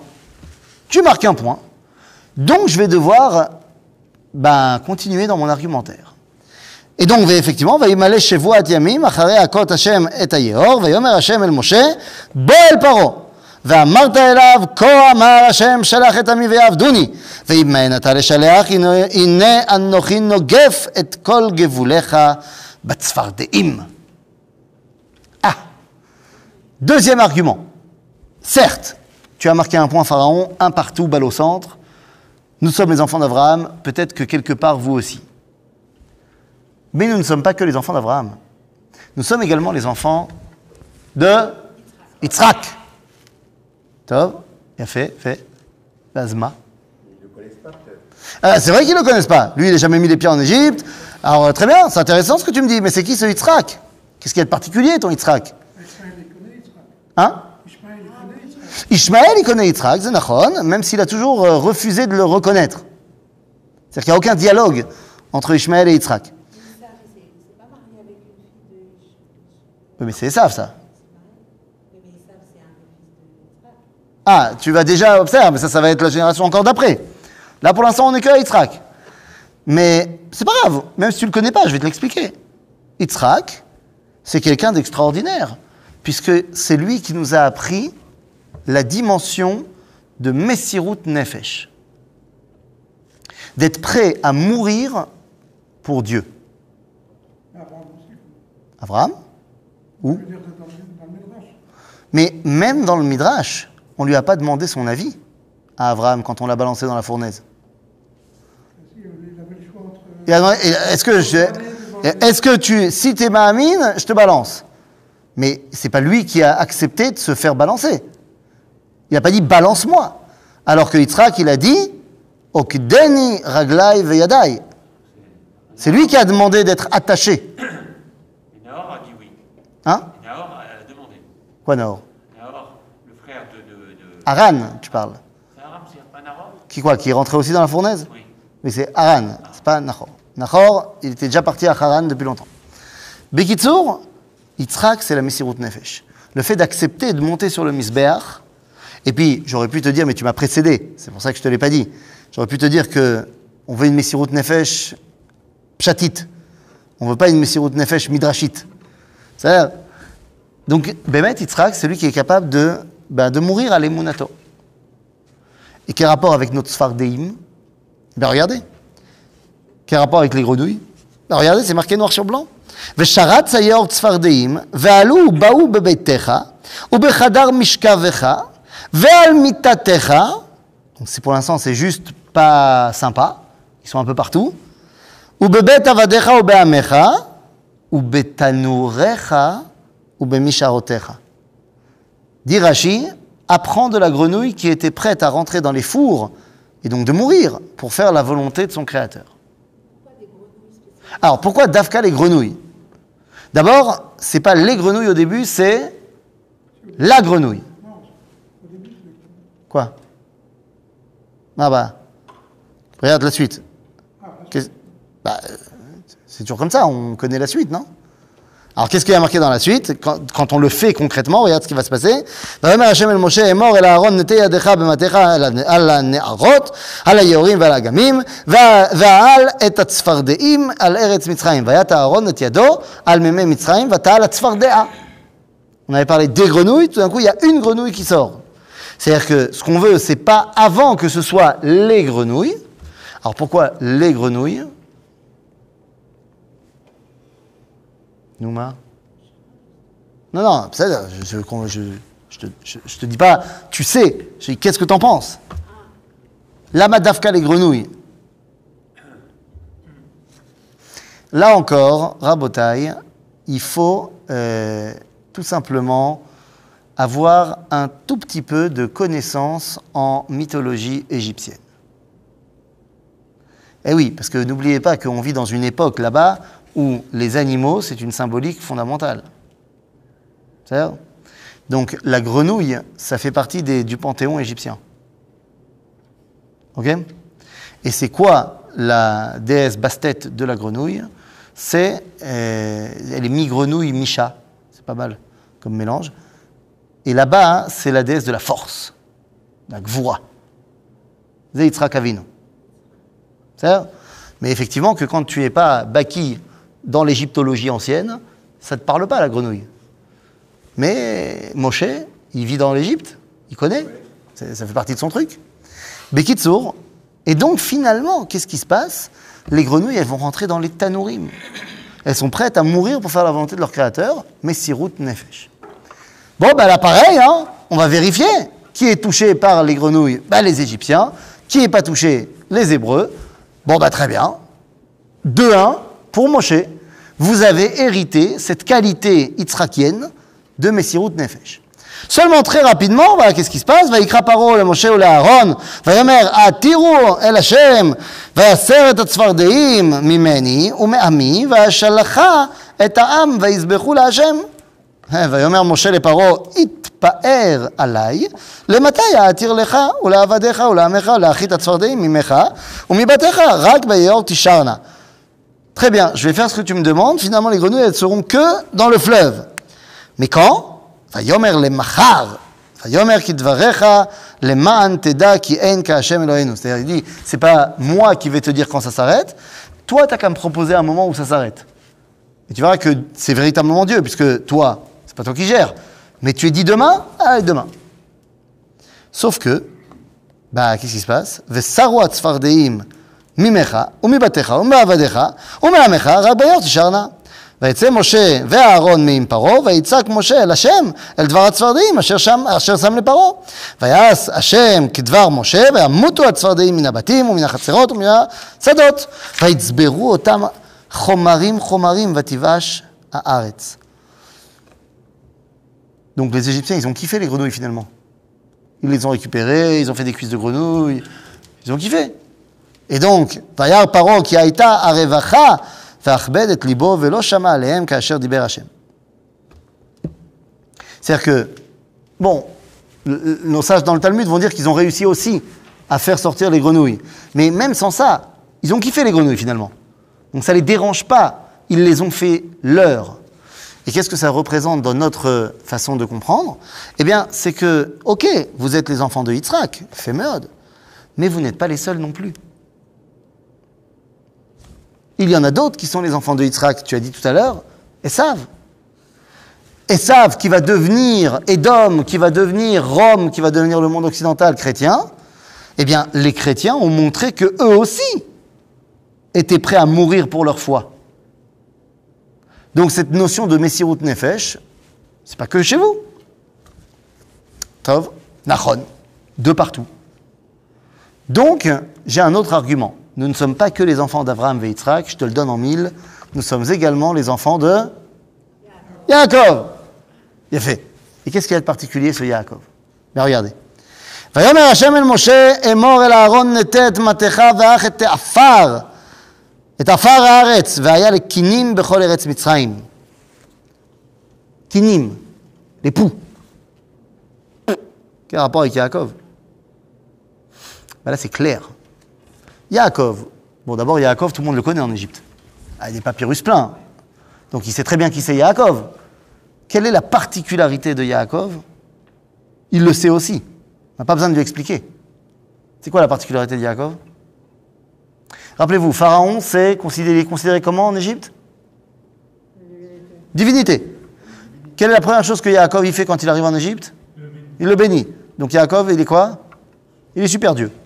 Donc, je vais devoir continuer dans mon argumentaire. Et donc, effectivement, וימלא שבועת ימים אחרי הכות השם את היאור ויאמר השם אל משה בוא אל פרעה ואמרת אליו כה אמר השם שלח את עמי ויעבדוני ואם מהן אתה לשלח הנה אנוכי נוגף את כל גבוליך בצפרדעים. Ah, deuxième argument. Certes, tu as marqué un point Pharaon, un partout, balle au centre. Nous sommes les enfants d'Abraham, peut-être que quelque part vous aussi. Mais nous ne sommes pas que les enfants d'Abraham. Nous sommes également les enfants de Yitzhak. Tov, il a fait. L'azma. Ils ne le connaissent pas, peut-être. Ah, c'est vrai qu'ils ne le connaissent pas. Lui, il n'a jamais mis les pieds en Égypte. Alors, très bien, c'est intéressant ce que tu me dis. Mais c'est qui ce Yitzhak? Qu'est-ce qu'il y a de particulier, ton Yitzhak? Ishmaël, il connaît Yitzhak. Hein? Ishmaël, il connaît Yitzhak. Ishmaël, il connaît Yitzhak, c'est nachon, même s'il a toujours refusé de le reconnaître. C'est-à-dire qu'il n'y a aucun dialogue entre Ishmaël et Yitzhak. Esav, c'est pas marié avec une fille de Ishmaël. Oui, mais c'est Esav, ça. Oui, mais Esav, c'est un des fils de Yitzhak. Ah, tu vas déjà observer, mais ça va être la génération encore d'après. Là, pour l'instant, on n'est que à Yitzhak. Mais c'est pas grave, même si tu ne le connais pas, je vais te l'expliquer. Yitzhak, c'est quelqu'un d'extraordinaire, puisque c'est lui qui nous a appris la dimension de Messirut Nefesh. D'être prêt à mourir pour Dieu. Abraham aussi. Abraham? Je Où? veux dire, dans le Midrash. Mais même dans le Midrash, on ne lui a pas demandé son avis à Abraham quand on l'a balancé dans la fournaise. Si, il avait le choix entre. Et alors, est-ce que tu, si t'es Mahamine, je te balance. Mais c'est pas lui qui a accepté de se faire balancer. Il n'a pas dit balance-moi. Alors que Yitzhak, il a dit Okdeni raglai veyadai. C'est lui qui a demandé d'être attaché. Et Nahor a dit oui. Hein? Et Nahor a demandé. Quoi, Nahor? Nahor, le frère de... Haran, tu parles. C'est Aram, c'est pas Nahor? Qui quoi? Qui est rentré aussi dans la fournaise? Oui. Mais c'est Haran, c'est pas Nahor. Nahor, il était déjà parti à Haran depuis longtemps. Bekitsour, Yitzhak, c'est la Messirut Nefesh. Le fait d'accepter de monter sur le Misbeach, et puis j'aurais pu te dire, mais tu m'as précédé, c'est pour ça que je te l'ai pas dit. J'aurais pu te dire que on veut une Messirut Nefesh pshatit. On veut pas une Messirut Nefesh midrashit. C'est-à-dire, donc, Bémet, Yitzhak, c'est lui qui est capable de mourir à l'emunato. Et quel rapport avec notre Sfardéim? Ben regardez. Quel rapport avec les grenouilles? Ben regardez, c'est marqué noir sur blanc. Vesharat sayor tzfardeim, ve'alu ba'u bebeitecha, ubechadar mishkavecha, ve'al mitatecha. Donc c'est pour l'instant, c'est juste pas sympa. Ils sont un peu partout. Ubebet avadecha ubeamecha, ubetanurecha, ubemisharotecha. Dit Rashi, apprend de la grenouille qui était prête à rentrer dans les fours et donc de mourir pour faire la volonté de son créateur. Alors, pourquoi Dafka les grenouilles? D'abord, c'est pas les grenouilles au début, c'est la grenouille. Quoi? Ah bah, regarde la suite. Bah, c'est toujours comme ça, on connaît la suite, non? Alors, qu'est-ce qu'il y a marqué dans la suite? Quand on le fait concrètement, regarde ce qui va se passer. ויאמר השם אל משה אמור אל אהרון נטה ידך במטך על הנערות, על היורים ועל האגמים, ועל את הצפרדעים על ארץ מצרים. ויטה אהרון את ידו על מימי מצרים, ותעל הצפרדעה. On avait parlé des grenouilles, tout d'un coup, il y a une grenouille qui sort. C'est-à-dire que ce qu'on veut, c'est pas avant que ce soit les grenouilles. Alors, pourquoi les grenouilles? Nouma? Non, je te dis pas, tu sais, je dis qu'est-ce que t'en penses? Lama Dafka les grenouilles. Là encore, Rabotai, il faut tout simplement avoir un tout petit peu de connaissance en mythologie égyptienne. Eh oui, parce que n'oubliez pas qu'on vit dans une époque là-bas où les animaux, c'est une symbolique fondamentale. C'est-à-dire, donc la grenouille, ça fait partie du panthéon égyptien. Ok? Et c'est quoi la déesse Bastet de la grenouille? Elle est mi-grenouille, mi-chat. C'est pas mal comme mélange. Et là-bas, c'est la déesse de la force, la Gvura. C'est Yitzhak Avinu. C'est-à-dire, mais effectivement, que quand tu n'es pas baki dans l'égyptologie ancienne, ça ne te parle pas, la grenouille. Mais Moshe, il vit dans l'Égypte, il connaît, ça fait partie de son truc. Bekitsour, et donc finalement, qu'est-ce qui se passe? Les grenouilles, elles vont rentrer dans les tanourim. Elles sont prêtes à mourir pour faire la volonté de leur créateur, Messirut Nefesh. Bon, ben là, pareil, hein, on va vérifier qui est touché par les grenouilles, les Égyptiens, qui n'est pas touché, les Hébreux. Bon, très bien. 2-1. Pour Moshe, vous avez hérité cette qualité yitzhakienne de Messirut Nefesh. Seulement très rapidement, voilà, qu'est-ce qui se passe? ויקרא פרעה למשה ולאהרון, ויאמר, עתירו אל השם, ויסר את הצפרדעים ממני ומעמי, וישלחה את העם ויזבחו להשם. ויאמר משה לפרעה, התפאר עליי, למתי אעתיר לך ולעבדיך ולעמך ולהאכיל את הצפרדעים ממך ומבתיך, רק ביאור תישרנה. Très bien, je vais faire ce que tu me demandes. Finalement, les grenouilles, elles seront que dans le fleuve. Mais quand? ויאמר למחר, ויאמר כדבריך למען תדע כי אין כהשם אלוהינו. C'est-à-dire, il dit, c'est pas moi qui vais te dire quand ça s'arrête. Toi, tu as qu'à me proposer un moment où ça s'arrête. Et tu verras que c'est véritablement Dieu, puisque toi, c'est pas toi qui gères. Mais tu es dit demain, allez, demain. Sauf que, bah, qu'est-ce qui se passe? וסרו הצפרדעים ממך ומבתיך ומעבדיך ומעמך רק ביום תישרנה. ויצא משה ואהרון מעם פרעה, ויצעק משה אל השם אל דבר הצפרדעים אשר שם לפרעה. ויעש השם כדבר משה, וימותו הצפרדעים מן הבתים ומן החצרות ומן השדות, ויצברו אותם חומרים חומרים, ותיבש הארץ. Donc les Égyptiens, ils ont kiffé les grenouilles finalement. Ils les ont récupérées, ils ont fait des cuisses de grenouilles, ils ont kiffé. Et donc, וירא פרעה כי הייתה הרווחה, ואכבד את ליבו ולא שמע עליהם כאשר דיבר השם. C'est-à-dire que, bon, nos sages dans le Talmud vont dire qu'ils ont réussi aussi à faire sortir les grenouilles. Mais même sans ça, ils ont kiffé les grenouilles finalement. Donc ça ne les dérange pas, ils les ont fait leurs. Et qu'est-ce que ça représente dans notre façon de comprendre? Eh bien, c'est que, ok, vous êtes les enfants de Yitzhak, Féméod, mais vous n'êtes pas les seuls non plus. Il y en a d'autres qui sont les enfants de Yitzhak, tu as dit tout à l'heure, Esav. Esav qui va devenir Édom, qui va devenir Rome, qui va devenir le monde occidental chrétien. Eh bien, les chrétiens ont montré que eux aussi étaient prêts à mourir pour leur foi. Donc cette notion de Messirut Nefesh, c'est pas que chez vous. Tov, Nachon, de partout. Donc, j'ai un autre argument. Nous ne sommes pas que les enfants d'Abraham et Yitzhak, je te le donne en 1000. Nous sommes également les enfants de Yaakov. Il a fait. Et qu'est-ce qu'il y a de particulier sur Yaakov? Ben regardez. ויאמר השם אל משה אמור אל אהרון נטה את מטך ואך את עפר את עפר הארץ והיה לכינים בכל ארץ מצרים. כינים, les poux. Quel rapport avec Yaakov? Ben là c'est clair. Yaakov. Bon, d'abord, Yaakov, tout le monde le connaît en Égypte. Ah, il y a des papyrus pleins. Donc, il sait très bien qui c'est Yaakov. Quelle est la particularité de Yaakov? Il le sait aussi. On n'a pas besoin de lui expliquer. C'est quoi la particularité de Yaakov? Rappelez-vous, Pharaon, c'est considéré comment en Égypte? Divinité. Quelle est la première chose que Yaakov il fait quand il arrive en Égypte? Il le bénit. Donc, Yaakov, il est quoi? Il est super Dieu.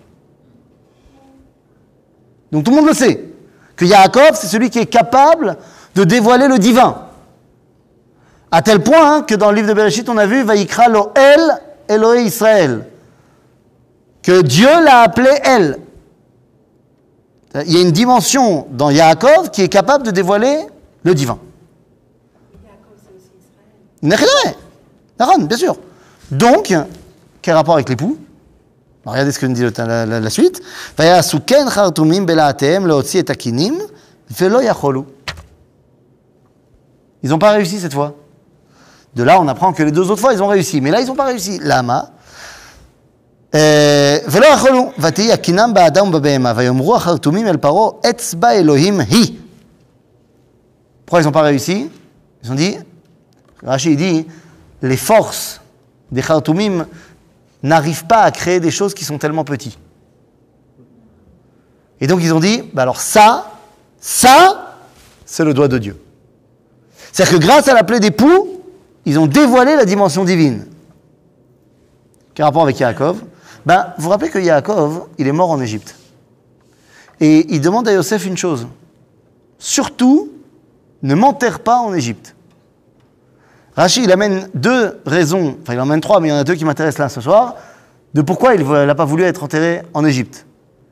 Donc tout le monde le sait, que Yaakov, c'est celui qui est capable de dévoiler le divin. À tel point que dans le livre de Bereshit, on a vu Vayikra lo El Elohei Israël, que Dieu l'a appelé El. Il y a une dimension dans Yaakov qui est capable de dévoiler le divin. Yaakov, c'est aussi Israël. Naran, bien sûr. Donc, quel rapport avec l'époux? Regardez ce que nous dit la suite. ויעשו כן חרטומים בלהטיהם להוציא את הכינים ולא יכולו. Ils n'ont pas réussi cette fois. De là, on apprend que les deux autres fois, ils ont réussi. Mais là, ils n'ont pas réussi. Lama. ולא יכולו. ותהי הכינם באדם ובבהמה ויאמרו החרטומים אל פרעה אצבע אלוהים היא. Pourquoi ils n'ont pas réussi? Ils ont dit, Rashi dit, les forces des Khartoumim n'arrivent pas à créer des choses qui sont tellement petites. Et donc ils ont dit, bah alors ça, c'est le doigt de Dieu. C'est-à-dire que grâce à la plaie des poux, ils ont dévoilé la dimension divine. Quel rapport avec Yaakov? Ben, vous vous rappelez que Yaakov, il est mort en Égypte. Et il demande à Yosef une chose. Surtout, ne m'enterre pas en Égypte. Rashi, il amène deux raisons, enfin il en amène trois, mais il y en a deux qui m'intéressent là ce soir, de pourquoi il n'a pas voulu être enterré en Égypte.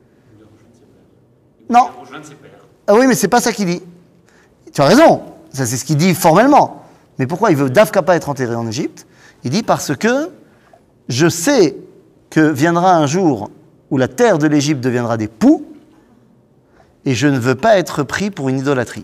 Non. Ah oui, mais c'est pas ça qu'il dit. Tu as raison, ça c'est ce qu'il dit formellement. Mais pourquoi il veut Dafka pas être enterré en Égypte? Il dit parce que je sais que viendra un jour où la terre de l'Égypte deviendra des poux et je ne veux pas être pris pour une idolâtrie.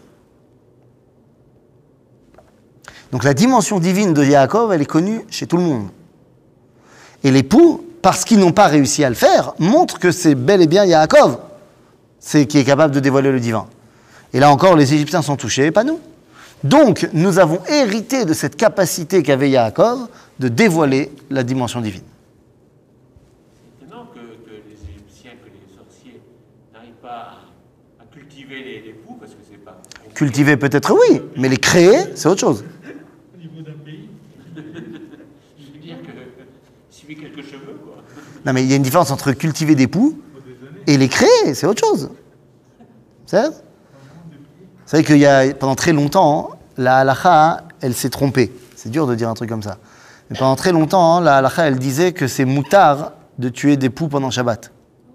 Donc la dimension divine de Yaakov, elle est connue chez tout le monde. Et les poux, parce qu'ils n'ont pas réussi à le faire, montrent que c'est bel et bien Yaakov qui est capable de dévoiler le divin. Et là encore, les Égyptiens sont touchés, et pas nous. Donc, nous avons hérité de cette capacité qu'avait Yaakov de dévoiler la dimension divine. C'est étonnant que les Égyptiens, que les sorciers n'arrivent pas à cultiver les poux, parce que c'est pas... Cultiver peut-être oui, mais les créer, c'est autre chose. Au niveau d'un pays, je veux dire que il suffit quelques cheveux, quoi. Non, mais il y a une différence entre cultiver des poux et les créer, c'est autre chose. C'est vrai? Vous savez qu'il y a, pendant très longtemps, la halakha, elle s'est trompée. C'est dur de dire un truc comme ça. Mais pendant très longtemps, la halakha, elle disait que c'est moutard de tuer des poux pendant Shabbat.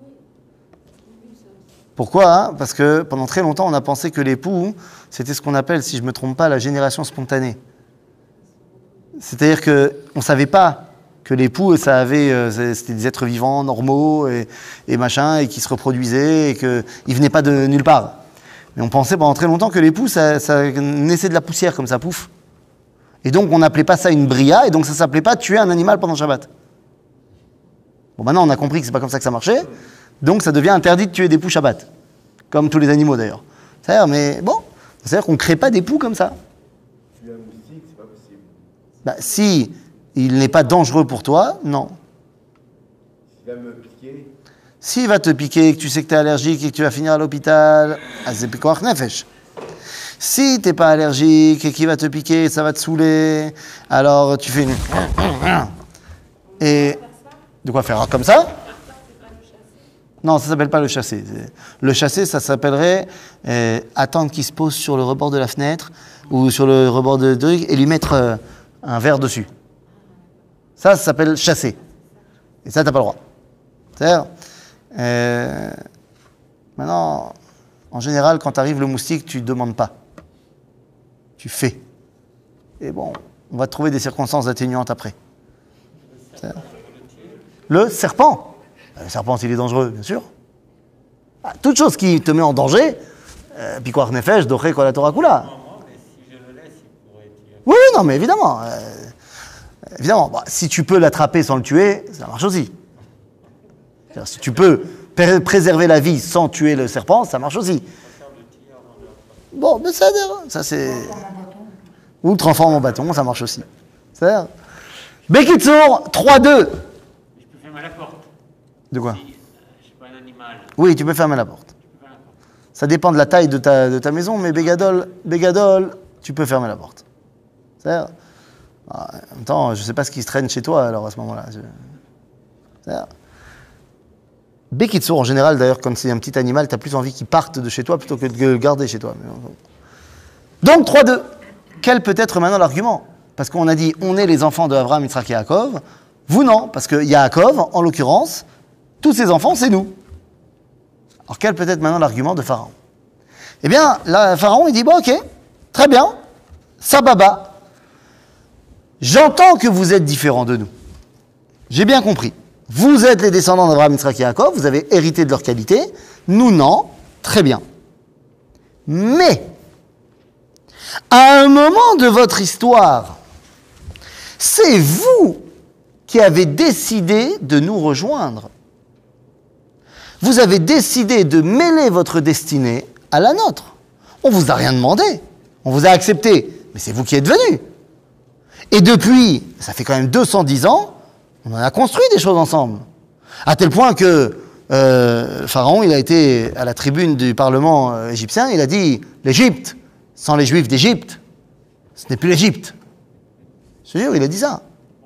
Pourquoi? Parce que pendant très longtemps, on a pensé que les poux, c'était ce qu'on appelle, si je ne me trompe pas, la génération spontanée. C'est-à-dire qu'on ne savait pas que les poux, c'était des êtres vivants, normaux, et machin, et qui se reproduisaient, et qu'ils ne venaient pas de nulle part. Mais on pensait pendant très longtemps que les poux, ça naissait de la poussière, comme ça, pouf. Et donc, on n'appelait pas ça une bria, et donc ça ne s'appelait pas tuer un animal pendant Shabbat. Bon, maintenant, on a compris que c'est pas comme ça que ça marchait, donc ça devient interdit de tuer des poux Shabbat. Comme tous les animaux, d'ailleurs. C'est-à-dire, mais bon, c'est-à-dire qu'on ne crée pas des poux comme ça. Tuer un moustique, c'est pas possible. Bah, si il n'est pas dangereux pour toi, non. S'il va me piquer, S'il va te piquer, que tu sais que tu es allergique et que tu vas finir à l'hôpital, c'est pikoach nefesh. Si tu n'es pas allergique et qu'il va te piquer, ça va te saouler, alors tu fais une... Et... De quoi faire comme ça? Non, ça ne s'appelle pas le chasser. Le chasser, ça s'appellerait attendre qu'il se pose sur le rebord de la fenêtre ou sur le rebord de truc et lui mettre un verre dessus. Ça s'appelle chasser. Et ça, tu n'as pas le droit. C'est-à-dire... maintenant, en général, quand arrive le moustique, tu ne demandes pas. Tu fais. Et bon, on va trouver des circonstances atténuantes après. Le serpent. Le serpent, s'il est dangereux, bien sûr. Ah, toute chose qui te met en danger, pikoach nefesh, doché kol haTorah kula. Mais si je le laisse, il pourrait tirer. Oui, non, mais évidemment. Évidemment, bah, si tu peux l'attraper sans le tuer, ça marche aussi. C'est-à-dire, si tu peux préserver la vie sans tuer le serpent, ça marche aussi. Bon, mais ça c'est... Ou transforme en bâton, ça marche aussi. C'est-à-dire... Bekitsour, 3-2. Je peux fermer la porte. De quoi? Si je suis pas un animal, Oui, tu peux fermer la porte. je peux fermer la porte. Ça dépend de la taille de ta maison, mais Bégadol, tu peux fermer la porte. C'est-à-dire... En même temps, je ne sais pas ce qui se traîne chez toi, alors à ce moment-là. C'est-à-dire... Bekitsour, en général, d'ailleurs, quand c'est un petit animal, tu as plus envie qu'il parte de chez toi plutôt que de le garder chez toi. Donc, 3-2. Quel peut être maintenant l'argument? Parce qu'on a dit, on est les enfants de Abraham, Yitzhak et Yaakov. Vous, non, parce que Yaakov, en l'occurrence, tous ses enfants, c'est nous. Alors, quel peut être maintenant l'argument de Pharaon? Eh bien, là, Pharaon, il dit, bon, ok, très bien, sababa. J'entends que vous êtes différents de nous. J'ai bien compris. Vous êtes les descendants d'Abraham, Yitzhak et Yaakov, vous avez hérité de leur qualité. Nous, non. Très bien. Mais, à un moment de votre histoire, c'est vous qui avez décidé de nous rejoindre. Vous avez décidé de mêler votre destinée à la nôtre. On ne vous a rien demandé. On vous a accepté. Mais c'est vous qui êtes venus. Et depuis, ça fait quand même 210 ans, on en a construit des choses ensemble. À tel point que Pharaon, il a été à la tribune du Parlement égyptien, il a dit « L'Égypte, sans les Juifs d'Égypte, ce n'est plus l'Égypte. » Je te jure, il a dit ça.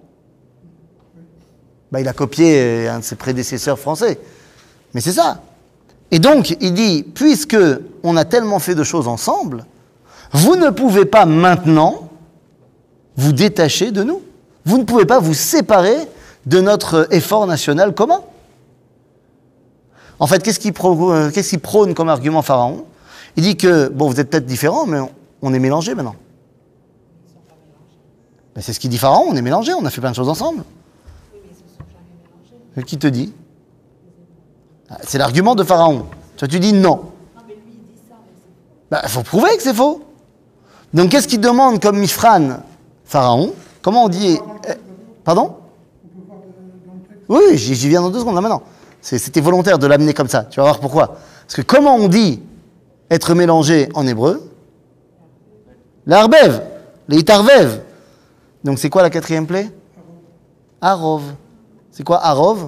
Bah, il a copié un de ses prédécesseurs français. Mais c'est ça. Et donc, il dit, puisque on a tellement fait de choses ensemble, vous ne pouvez pas maintenant vous détacher de nous. Vous ne pouvez pas vous séparer de notre effort national commun. En fait, qu'est-ce qu'il prône comme argument Pharaon? Il dit que, bon, vous êtes peut-être différents, mais on est mélangés maintenant. Ben, c'est ce qu'il dit Pharaon, on est mélangés, on a fait plein de choses ensemble. Oui, mais ils se sont jamais mélangés. Qui te dit? C'est l'argument de Pharaon. Toi, tu dis non. Non, mais lui, il dit ça, mais c'est Il faut prouver que c'est faux. Donc, qu'est-ce qu'il demande comme Mifran, Pharaon? Comment on dit... Pardon? Oui, j'y viens dans 2 secondes, là maintenant. C'était volontaire de l'amener comme ça. Tu vas voir pourquoi. Parce que comment on dit être mélangé en hébreu? L'arbev, les itarvev. Donc c'est quoi la 4e plaie? Arov. C'est quoi Arov?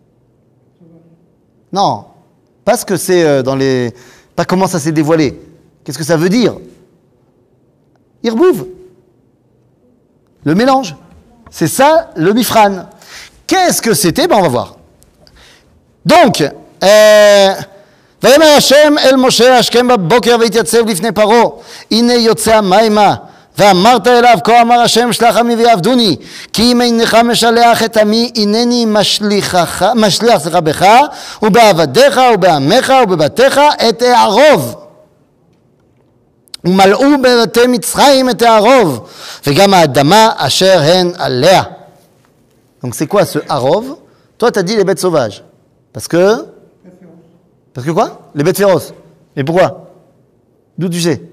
Non, pas ce que c'est dans les... Pas comment ça s'est dévoilé. Qu'est-ce que ça veut dire? Irbouv. Le mélange. C'est ça le mifran. Qu'est-ce que c'était? Ben on va voir. Donc, ויאמר השם אל משה השכם בבוקר והתייצב לפני פרעה הנה יוצא המימה ואמרת אליו כה אמר השם שלח עמי ויעבדוני כי אם אינך משלח את עמי הנני משליח בך ובעבדיך ובעמך ובבתיך את הערוב ומלאו בבתי מצרים את הערוב וגם האדמה אשר הן עליה. Donc c'est quoi ce arov? Toi tu as dit les bêtes sauvages. Parce que quoi? Les bêtes féroces. Et pourquoi? D'où tu sais?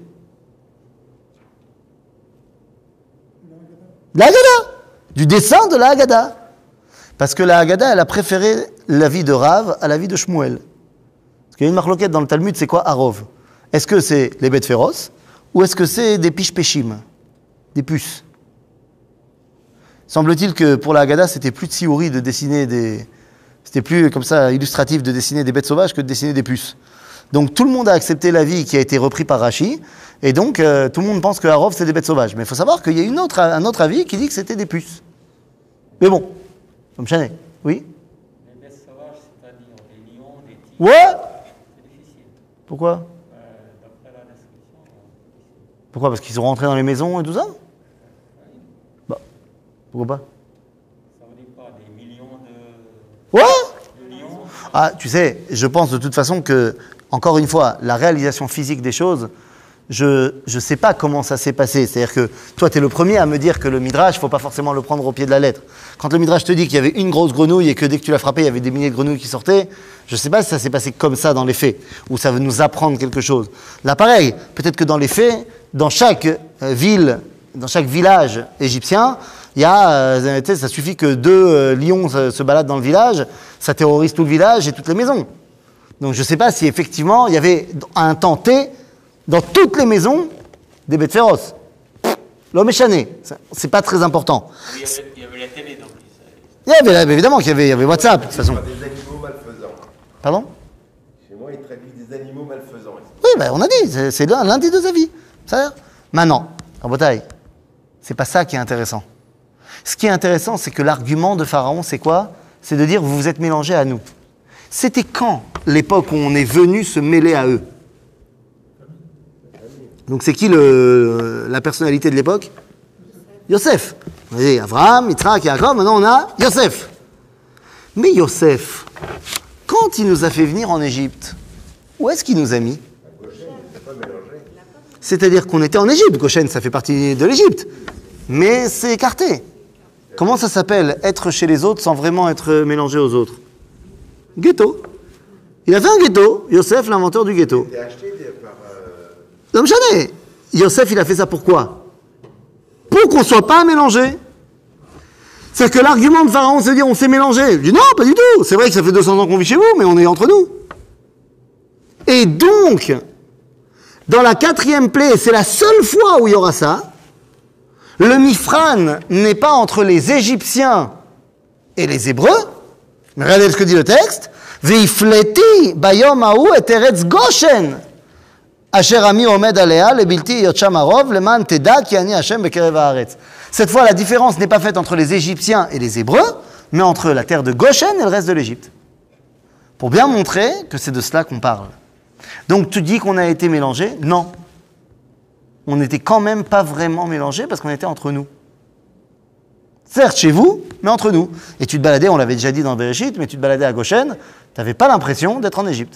La Haggadah. Du dessin de la Haggadah. Parce que la Haggadah, elle a préféré la vie de Rav à la vie de Shmuel. Parce qu'il y a une marloquette dans le Talmud, c'est quoi Arov? Est-ce que c'est les bêtes féroces ou est-ce que c'est des pish-péchim, des puces? Semble-t-il que pour la Haggadah, c'était plus de siouri de dessiner des... C'était plus comme ça illustratif de dessiner des bêtes sauvages que de dessiner des puces. Donc tout le monde a accepté l'avis qui a été repris par Rashi, et donc tout le monde pense que Harov c'est des bêtes sauvages. Mais il faut savoir qu'il y a un autre avis qui dit que c'était des puces. Mais bon, comme Chanet, oui? Les bêtes sauvages, c'est-à-dire des lions, des tigres. Ouais. C'est difficile. Pourquoi? D'après la description. Pourquoi? Parce qu'ils sont rentrés dans les maisons et tout ça? Bah, pourquoi pas? Ça veut dire quoi? Des millions de Ouais. lions? Ah, tu sais, je pense de toute façon que, encore une fois, la réalisation physique des choses, je ne sais pas comment ça s'est passé. C'est-à-dire que toi, tu es le premier à me dire que le Midrash, il ne faut pas forcément le prendre au pied de la lettre. Quand le Midrash te dit qu'il y avait une grosse grenouille et que dès que tu l'as frappée, il y avait des milliers de grenouilles qui sortaient, je ne sais pas si ça s'est passé comme ça dans les faits, ou ça veut nous apprendre quelque chose. Là, pareil, peut-être que dans les faits, dans chaque ville, dans chaque village égyptien, il y a, ça suffit que 2 lions se baladent dans le village, ça terrorise tout le village et toutes les maisons. Donc je ne sais pas si effectivement il y avait un temps T dans toutes les maisons des bêtes féroces. L'homme est chané, c'est pas très important. Il y avait la télé, donc. Il y avait évidemment qu'il y avait WhatsApp de toute façon. Des animaux malfaisants. Pardon? Chez moi, ils traduisent des animaux malfaisants. Oui, ben, on a dit, c'est l'un des 2 avis. Ça, maintenant, en Bretagne, c'est pas ça qui est intéressant. Ce qui est intéressant, c'est que l'argument de Pharaon, c'est quoi? C'est de dire, vous vous êtes mélangés à nous. C'était quand l'époque où on est venu se mêler à eux? Donc c'est qui la personnalité de l'époque? Yosef. On a dit Abraham, Yitzhak, Yaakov, maintenant on a Yosef. Mais Yosef, quand il nous a fait venir en Égypte, où est-ce qu'il nous a mis? C'est-à-dire qu'on était en Égypte. Goshen, ça fait partie de l'Égypte. Mais c'est écarté. Comment ça s'appelle être chez les autres sans vraiment être mélangé aux autres? Ghetto. Il a fait un ghetto. Yosef, l'inventeur du ghetto. C'était acheté par... Non, jamais. Yosef, il a fait ça pourquoi? Pour qu'on ne soit pas mélangé. C'est-à-dire que l'argument de Pharaon, c'est de dire on s'est mélangé. Je dis non, pas du tout. C'est vrai que ça fait 200 ans qu'on vit chez vous, mais on est entre nous. Et donc, dans la 4e plaie, c'est la seule fois où il y aura ça, le Mifran n'est pas entre les Égyptiens et les Hébreux. Mais regardez ce que dit le texte. Veifleti bayom hahu et eretz Goshen. Asher ami omed alea lebilti yotsham harov leman teda ki ani Hashem bekerev haaretz. Cette fois, la différence n'est pas faite entre les Égyptiens et les Hébreux, mais entre la terre de Goshen et le reste de l'Égypte. Pour bien montrer que c'est de cela qu'on parle. Donc tu dis qu'on a été mélangés? Non. On n'était quand même pas vraiment mélangés parce qu'on était entre nous. Certes chez vous, mais entre nous. Et tu te baladais, on l'avait déjà dit dans Bereshit, mais tu te baladais à Goshen, tu n'avais pas l'impression d'être en Égypte.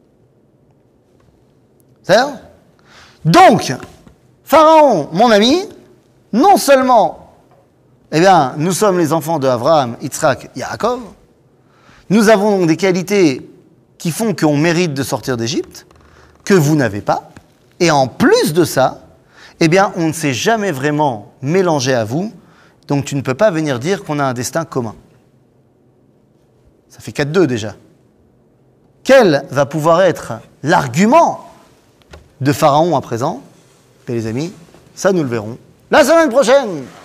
C'est ça? Donc, Pharaon, mon ami, non seulement Eh bien, nous sommes les enfants de Abraham, Yitzhak, Yaakov. Nous avons donc des qualités qui font qu'on mérite de sortir d'Égypte, que vous n'avez pas. Et en plus de ça, eh bien, on ne s'est jamais vraiment mélangé à vous, donc tu ne peux pas venir dire qu'on a un destin commun. Ça fait 4-2 déjà. Quel va pouvoir être l'argument de Pharaon à présent? Et les amis, ça nous le verrons la semaine prochaine.